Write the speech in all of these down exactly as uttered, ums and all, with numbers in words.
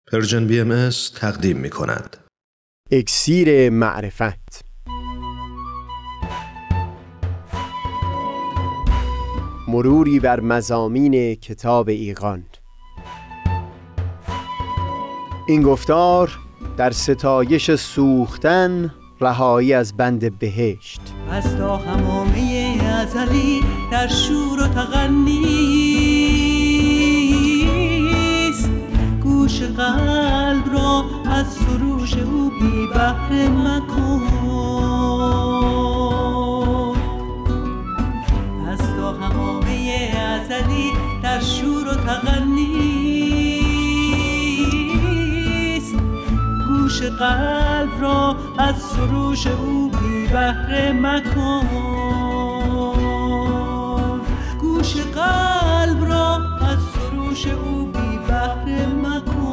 پرژن بی ام اس تقدیم می کند. اکسیر معرفت. مروری بر مضامین کتاب ایقان. این گفتار در ستایش سوختن، رهایی از بند بهشت. از تا همامه ازلی در شور و تغنیست، گوش قلب را از سروش او بی بهره مکن. از تا همامه ازلی در شور و تغنیست، گوش قلب را از سروش او بی بهره مکن. گوش قلب را از سروش او بی بهره مکن.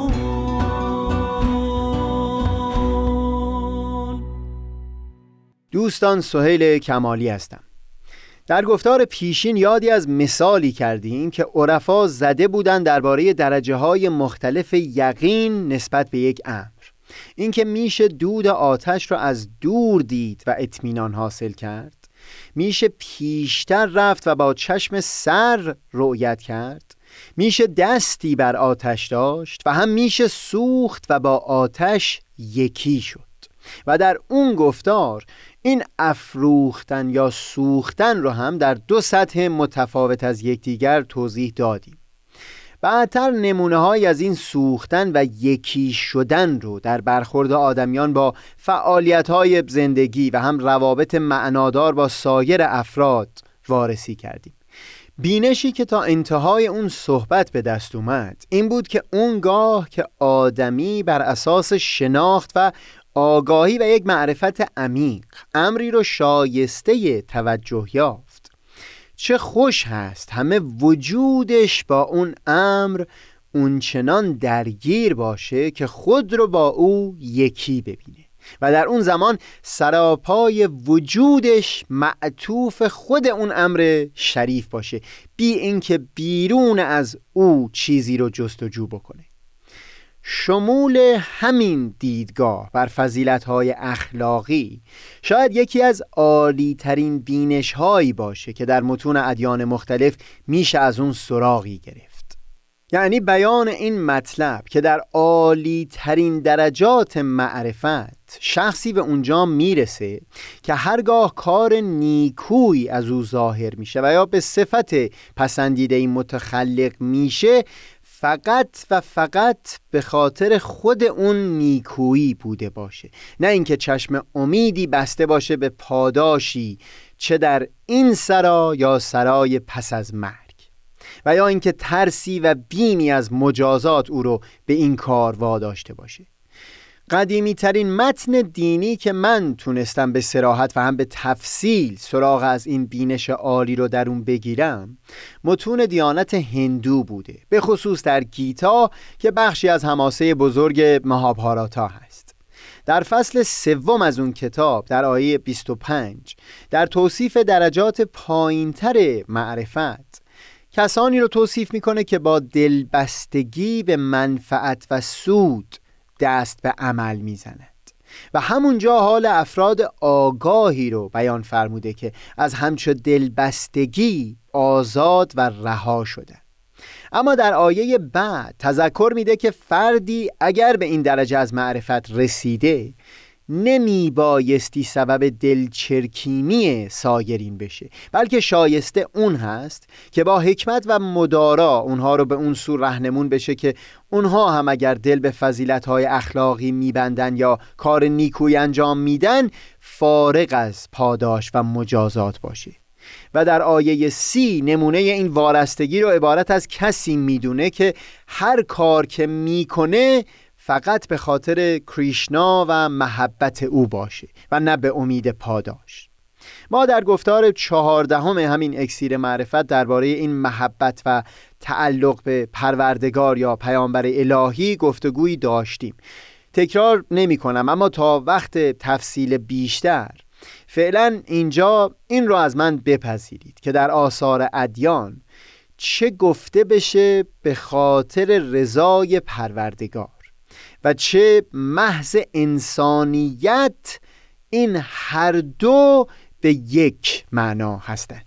دوستان، سهیل کمالی هستم. در گفتار پیشین یادی از مثالی کردیم که عرفا زده بودند درباره درجه‌های مختلف یقین نسبت به یک امر. اینکه میشه دود آتش را از دور دید و اطمینان حاصل کرد، میشه پیشتر رفت و با چشم سر رؤیت کرد، میشه دستی بر آتش داشت و هم میشه سوخت و با آتش یکی شد. و در اون گفتار این افروختن یا سوختن رو هم در دو سطح متفاوت از یکدیگر توضیح دادیم. بعدتر نمونه‌هایی از این سوختن و یکی شدن رو در برخورد آدمیان با فعالیت‌های زندگی و هم روابط معنادار با سایر افراد وارسی کردیم. بینشی که تا انتهای اون صحبت به دست اومد این بود که اونگاه که آدمی بر اساس شناخت و آگاهی و یک معرفت عمیق امری رو شایسته توجه یافت، چه خوش هست همه وجودش با اون امر اونچنان درگیر باشه که خود رو با او یکی ببینه و در اون زمان سراپای وجودش معطوف خود اون امر شریف باشه، بی اینکه بیرون از او چیزی رو جستجو بکنه. شمول همین دیدگاه بر فضیلت‌های اخلاقی شاید یکی از عالی ترین بینش هایی باشه که در متون ادیان مختلف میشه از اون سراغی گرفت. یعنی بیان این مطلب که در عالی ترین درجات معرفت شخصی به اونجا میرسه که هرگاه کار نیکویی از او ظاهر میشه و یا به صفت پسندیده این متخلق میشه، فقط و فقط به خاطر خود اون نیکویی بوده باشه، نه اینکه چشم امیدی بسته باشه به پاداشی چه در این سرا یا سرای پس از مرگ، و یا اینکه ترسی و بیمی از مجازات او رو به این کار واداشته باشه. قدیمی ترین متن دینی که من تونستم به صراحت و هم به تفصیل سراغ از این بینش عالی رو در اون بگیرم متون دیانت هندو بوده، به خصوص در گیتا که بخشی از حماسه بزرگ مهابهاراتا هست. در فصل سوم از اون کتاب در آیه بیست و پنج در توصیف درجات پایینتر معرفت کسانی رو توصیف میکنه که با دلبستگی به منفعت و سود دست به عمل میزند و همونجا حال افراد آگاهی رو بیان فرموده که از همچو دلبستگی آزاد و رها شدن. اما در آیه بعد تذکر میده که فردی اگر به این درجه از معرفت رسیده نمی بایستی سبب دلچرکینی سایرین بشه، بلکه شایسته اون هست که با حکمت و مدارا اونها رو به اون سو رهنمون بشه که اونها هم اگر دل به فضیلت‌های اخلاقی میبندن یا کار نیکویی انجام میدن فارغ از پاداش و مجازات باشه. و در آیه سی نمونه این وارستگی رو عبارت از کسی میدونه که هر کار که میکنه فقط به خاطر کریشنا و محبت او باشه و نه به امید پاداش. ما در گفتار چهاردهم همین اکسیر معرفت درباره این محبت و تعلق به پروردگار یا پیامبر الهی گفتگویی داشتیم. تکرار نمی کنم، اما تا وقت تفصیل بیشتر فعلا اینجا این رو از من بپذیرید که در آثار ادیان چه گفته بشه به خاطر رضای پروردگار و چه محض انسانیت، این هر دو به یک معنا هستند.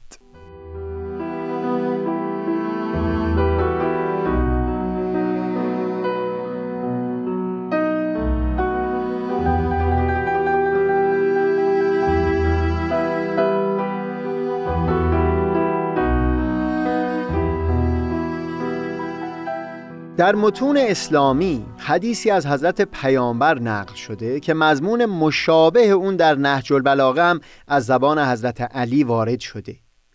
در متون اسلامی حدیثی از حضرت پیامبر نقل شده که مضمون مشابه اون در نهج البلاغه هم از زبان حضرت علی وارد شده.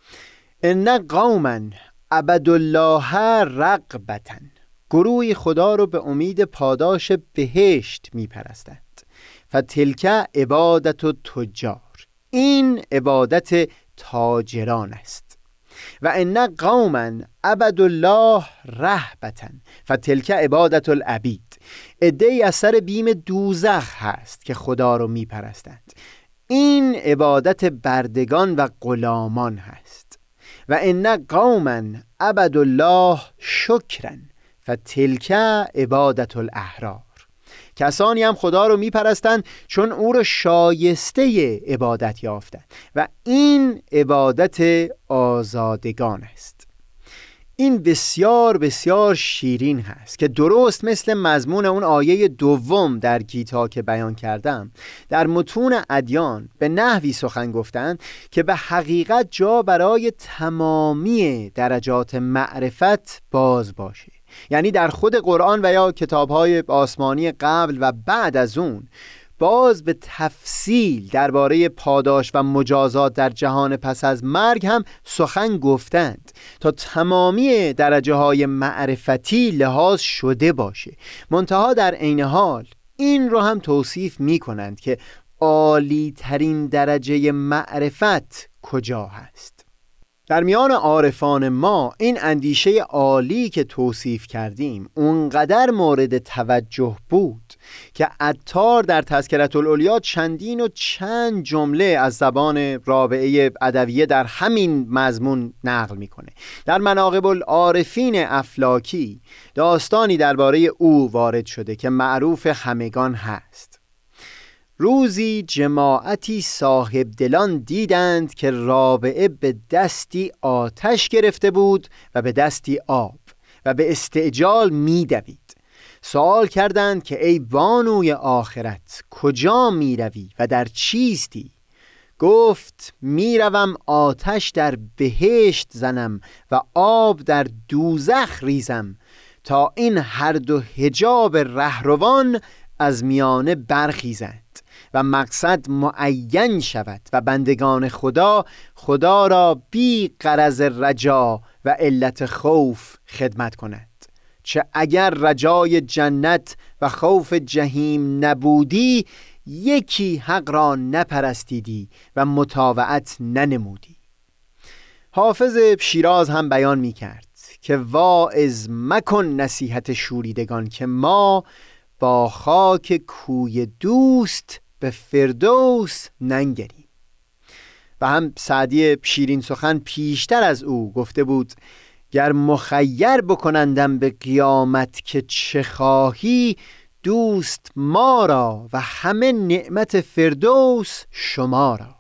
ان قوما عبدوا الله رغبة، گروهی خدا رو به امید پاداش بهشت میپرستند. فتلک عبادت التجار، این عبادت تاجران است. و ان قوما عبدوا الله رهبة، فتلک عبادت العبید، عده‌ای از سر بیم دوزخ هست که خدا رو میپرستند، این عبادت بردگان و غلامان هست. و ان قوما عبدوا الله شکرا، فتلک عبادت الاحرار، کسانی هم خدا رو میپرستند چون او رو شایسته عبادت یافتند و این عبادت آزادگان است. این بسیار بسیار شیرین هست که درست مثل مضمون اون آیه دوم در گیتا که بیان کردم، در متون ادیان به نحوی سخن گفتند که به حقیقت جا برای تمامی درجات معرفت باز باشه. یعنی در خود قرآن و یا کتاب‌های آسمانی قبل و بعد از اون باز به تفصیل درباره پاداش و مجازات در جهان پس از مرگ هم سخن گفتند تا تمامی درجه های معرفتی لحاظ شده باشه. منتها در عین حال این رو هم توصیف می کنند که عالی ترین درجه معرفت کجا هست. در میان عارفان ما این اندیشه عالی که توصیف کردیم اونقدر مورد توجه بود که عطار در تذکرة العلیا چندین و چند جمله از زبان رابعه ادویه در همین مضمون نقل میکنه. در مناقب العارفین افلاکی داستانی درباره او وارد شده که معروف همگان هست. روزی جماعتی صاحب دلان دیدند که رابعه به دستی آتش گرفته بود و به دستی آب و به استعجال می دوید. سوال کردند که ای بانوی آخرت کجا می روی و در چیستی؟ گفت می روم آتش در بهشت زنم و آب در دوزخ ریزم تا این هر دو حجاب رهروان از میانه برخیزند و مقصد معین شود و بندگان خدا خدا را بی غرض رجا و علت خوف خدمت کنند. چه اگر رجای جنت و خوف جهیم نبودی، یکی حق را نپرستیدی و مطاوعت ننمودی. حافظ شیراز هم بیان می کرد که واعظ مکن نصیحت شوریدگان که ما با خاک کوی دوست به فردوس ننگریم. و هم سعدی شیرین سخن پیشتر از او گفته بود گر مخیر بکنندم به قیامت که چه خواهی، دوست ما را و همه نعمت فردوس شما را.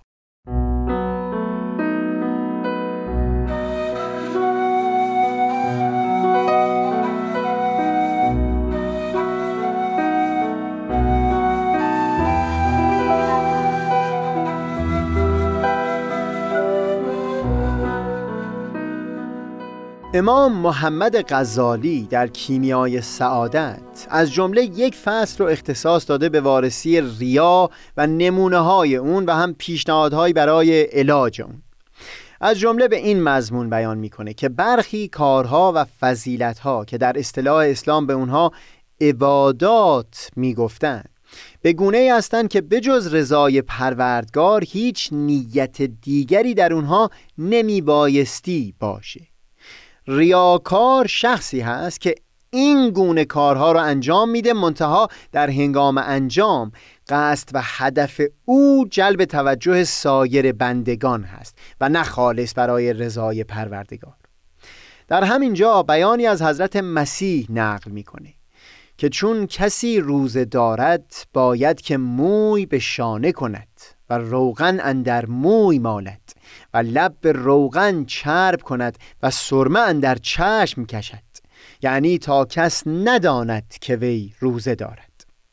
امام محمد غزالی در کیمیای سعادت از جمله یک فصل رو اختصاص داده به وارسی ریا و نمونه های اون و هم پیشنهادهایی برای علاج اون. از جمله به این مضمون بیان میکنه که برخی کارها و فضیلتها که در اصطلاح اسلام به اونها عبادات میگفتند به گونه‌ای هستند که بجز رضای پروردگار هیچ نیت دیگری در اونها نمیبایستی باشه. ریاکار شخصی هست که این گونه کارها رو انجام میده، منتها در هنگام انجام قصد و هدف او جلب توجه سایر بندگان هست و نه خالص برای رضای پروردگار. در همین جا بیانی از حضرت مسیح نقل میکنه که چون کسی روزه دارد باید که موی به شانه کند و روغن اندر موی مالد و لب به روغن چرب کند و سرمه اندر چشم کشد، یعنی تا کس نداند که وی روزه دارد.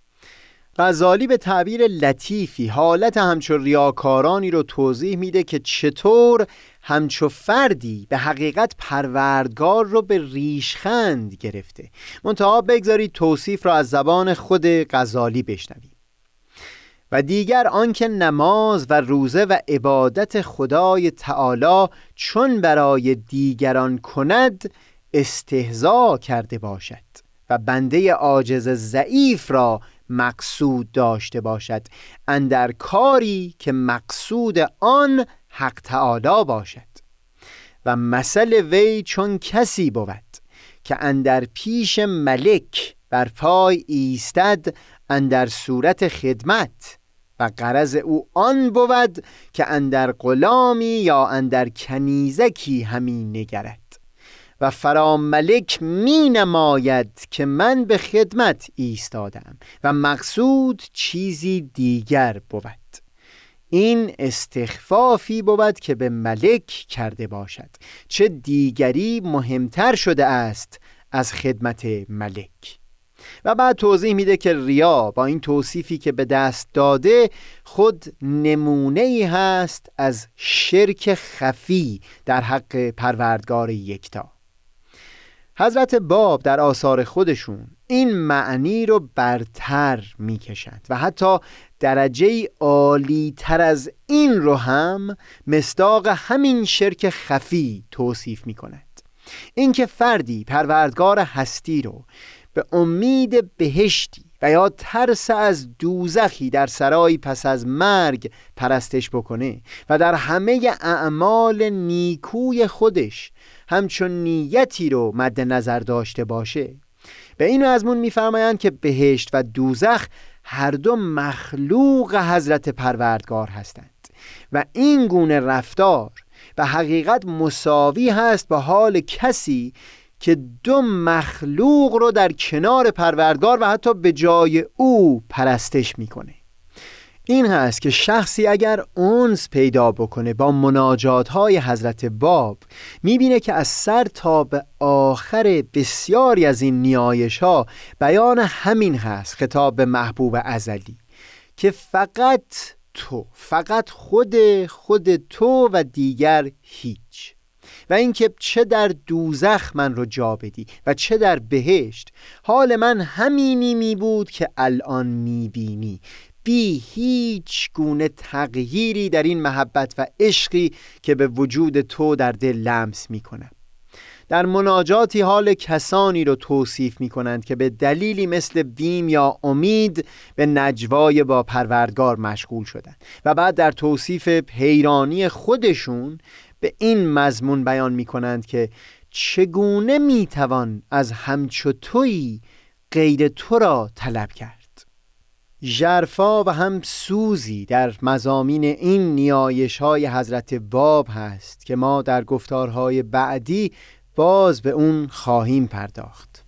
غزالی به تعبیر لطیفی حالت همچو ریاکارانی رو توضیح میده که چطور همچو فردی به حقیقت پروردگار رو به ریشخند گرفته. منتها بگذارید توصیف را از زبان خود غزالی بشنویم. و دیگر آنکه نماز و روزه و عبادت خدای تعالی چون برای دیگران کند استهزا کرده باشد و بنده عاجز ضعیف را مقصود داشته باشد اندر کاری که مقصود آن حق تعالی باشد. و مثل وی چون کسی بود که اندر پیش ملک بر پای ایستد اندر صورت خدمت و غرض او آن بود که اندر غلامی یا اندر کنیزکی همی نگرد و فرا ملک می نماید که من به خدمت ایستادم و مقصود چیزی دیگر بود. این استخفافی بود که به ملک کرده باشد، چه دیگری مهمتر شده است از خدمت ملک. و بعد توضیح میده که ریا با این توصیفی که به دست داده خود نمونه‌ای هست از شرک خفی در حق پروردگار یکتا. حضرت باب در آثار خودشون این معنی رو برتر میکشند و حتی درجه عالی تر از این رو هم مصداق همین شرک خفی توصیف میکنند. اینکه فردی پروردگار هستی رو به امید بهشتی و یا ترس از دوزخی در سرای پس از مرگ پرستش بکنه و در همه اعمال نیکوی خودش همچون نیتی رو مد نظر داشته باشه، به این مضمون می‌فرمایند که بهشت و دوزخ هر دو مخلوق حضرت پروردگار هستند و این گونه رفتار به حقیقت مساوی هست با حال کسی که دو مخلوق رو در کنار پروردگار و حتی به جای او پرستش میکنه. این هست که شخصی اگر انس پیدا بکنه با مناجات های حضرت باب، میبینه که از سر تا به آخر بسیاری از این نیایش ها بیان همین هست، خطاب به محبوب ازلی، که فقط تو، فقط خود خود تو و دیگر هیچ. و اینکه چه در دوزخ من رو جا بدی و چه در بهشت، حال من همینی می بود که الان می بینی، بی هیچ گونه تغییری در این محبت و عشقی که به وجود تو در دل لمس می کنم. در مناجاتی حال کسانی رو توصیف می کنند که به دلیلی مثل بیم یا امید به نجوای با پروردگار مشغول شدند و بعد در توصیف حیرانی خودشون به این مضمون بیان می کنند که چگونه می توان از همچو تویی غیر تو را طلب کرد. ژرفا و هم سوزی در مضامین این نیایش های حضرت باب هست که ما در گفتارهای بعدی باز به اون خواهیم پرداخت.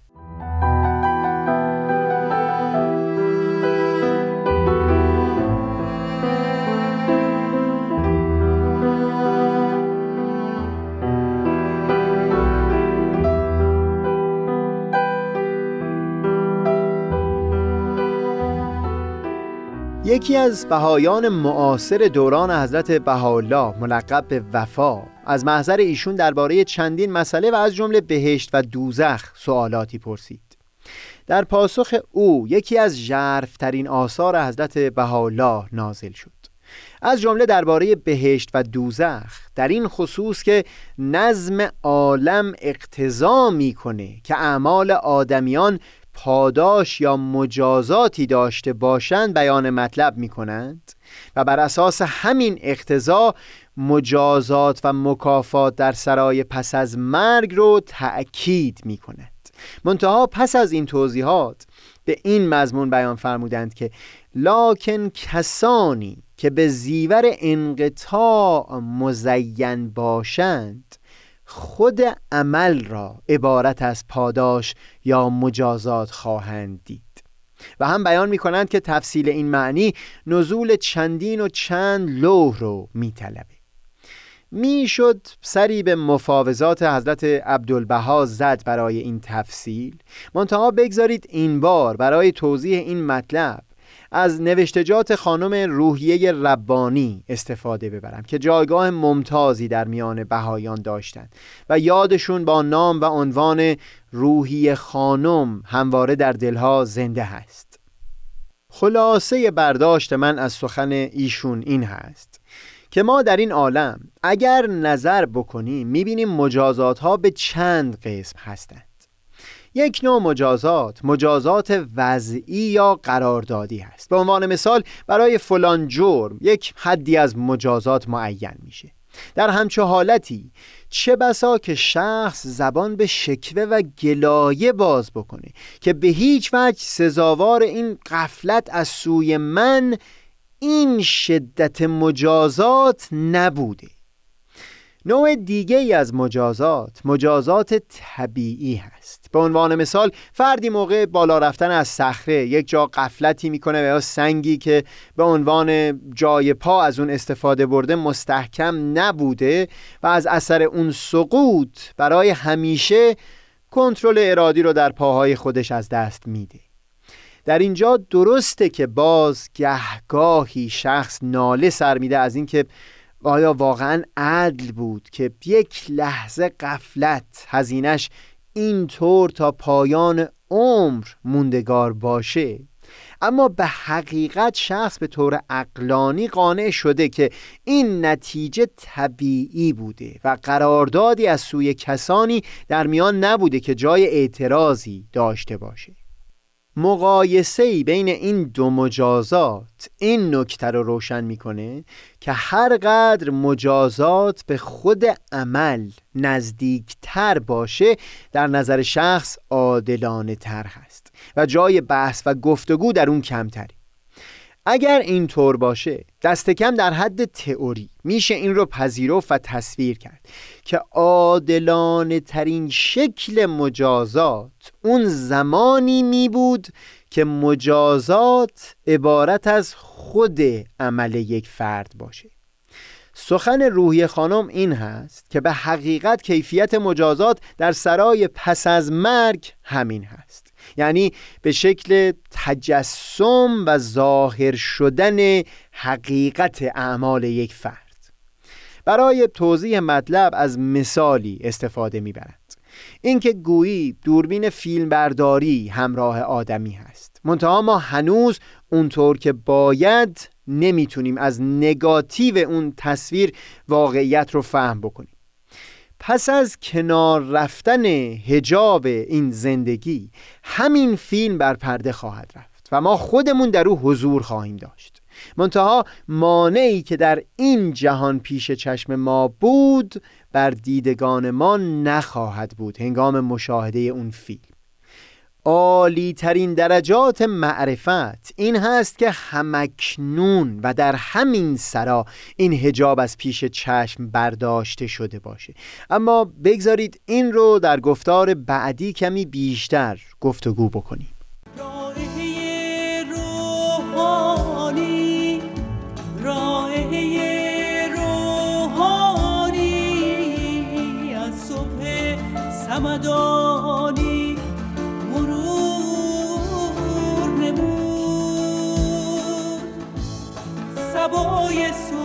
یکی از بهایان معاصر دوران حضرت بهاءالله ملقب به وفا از محضر ایشون درباره چندین مسئله و از جمله بهشت و دوزخ سوالاتی پرسید. در پاسخ او یکی از ژرف‌ترین آثار حضرت بهاءالله نازل شد، از جمله درباره بهشت و دوزخ، در این خصوص که نظم عالم اقتضا میکنه که اعمال آدمیان پاداش یا مجازاتی داشته باشند بیان مطلب می کنند و بر اساس همین اقتضا مجازات و مکافات در سرای پس از مرگ رو تأکید می کند. منتها پس از این توضیحات به این مضمون بیان فرمودند که لکن کسانی که به زیور انقطاع مزین باشند خود عمل را عبارت از پاداش یا مجازات خواهند دید. و هم بیان می کنند که تفصیل این معنی نزول چندین و چند لوح رو می طلبه. می شد سری به مفاوضات حضرت عبدالبها زد برای این تفصیل، منتها بگذارید این بار برای توضیح این مطلب از نوشتجات خانم روحیه ربانی استفاده ببرم که جایگاه ممتازی در میان بهایان داشتند و یادشون با نام و عنوان روحیه خانم همواره در دلها زنده هست. خلاصه برداشت من از سخن ایشون این هست که ما در این عالم اگر نظر بکنیم میبینیم مجازات ها به چند قسم هستند. یک نوع مجازات مجازات وضعی یا قراردادی هست. به عنوان مثال برای فلان جرم یک حدی از مجازات معین میشه. در همچه حالتی چه بسا که شخص زبان به شکوه و گلایه باز بکنه که به هیچ وجه سزاوار این غفلت از سوی من این شدت مجازات نبوده. نوع دیگه ای از مجازات مجازات طبیعی هست. به عنوان مثال فردی موقع بالا رفتن از صخره یک جا غفلتی میکنه و یا سنگی که به عنوان جای پا از اون استفاده برده مستحکم نبوده و از اثر اون سقوط برای همیشه کنترل ارادی رو در پاهای خودش از دست میده. در اینجا درسته که باز گهگاهی شخص ناله سر میده از این که آیا واقعا عدل بود که یک لحظه غفلت هزینش اینطور تا پایان عمر موندگار باشه، اما به حقیقت شخص به طور عقلانی قانع شده که این نتیجه طبیعی بوده و قراردادی از سوی کسانی در میان نبوده که جای اعتراضی داشته باشه. مقایسه‌ای بین این دو مجازات این نکته رو روشن میکنه که هر قدر مجازات به خود عمل نزدیکتر باشه در نظر شخص عادلانه تر هست و جای بحث و گفتگو در اون کمتری. اگر این طور باشه دست کم در حد تئوری میشه این رو پذیرفت و تصویر کرد که عادلانه ترین شکل مجازات اون زمانی می بود که مجازات عبارت از خود عمل یک فرد باشه. سخن روحیه خانم این هست که به حقیقت کیفیت مجازات در سرای پس از مرگ همین هست، یعنی به شکل تجسم و ظاهر شدن حقیقت اعمال یک فرد. برای توضیح مطلب از مثالی استفاده می‌برند. اینکه گویی دوربین فیلمبرداری همراه آدمی هست، منتها ما هنوز اونطور که باید نمیتونیم از نگاتیو اون تصویر واقعیت رو فهم بکنیم. پس از کنار رفتن حجاب این زندگی همین فیلم بر پرده خواهد رفت و ما خودمون در او حضور خواهیم داشت، منتها مانعی که در این جهان پیش چشم ما بود بر دیدگان ما نخواهد بود هنگام مشاهده اون فیلم. عالی ترین درجات معرفت این هست که همکنون و در همین سرا این حجاب از پیش چشم برداشته شده باشه. اما بگذارید این رو در گفتار بعدی کمی بیشتر گفتگو بکنیم. همدانی مرور نمود سبای سو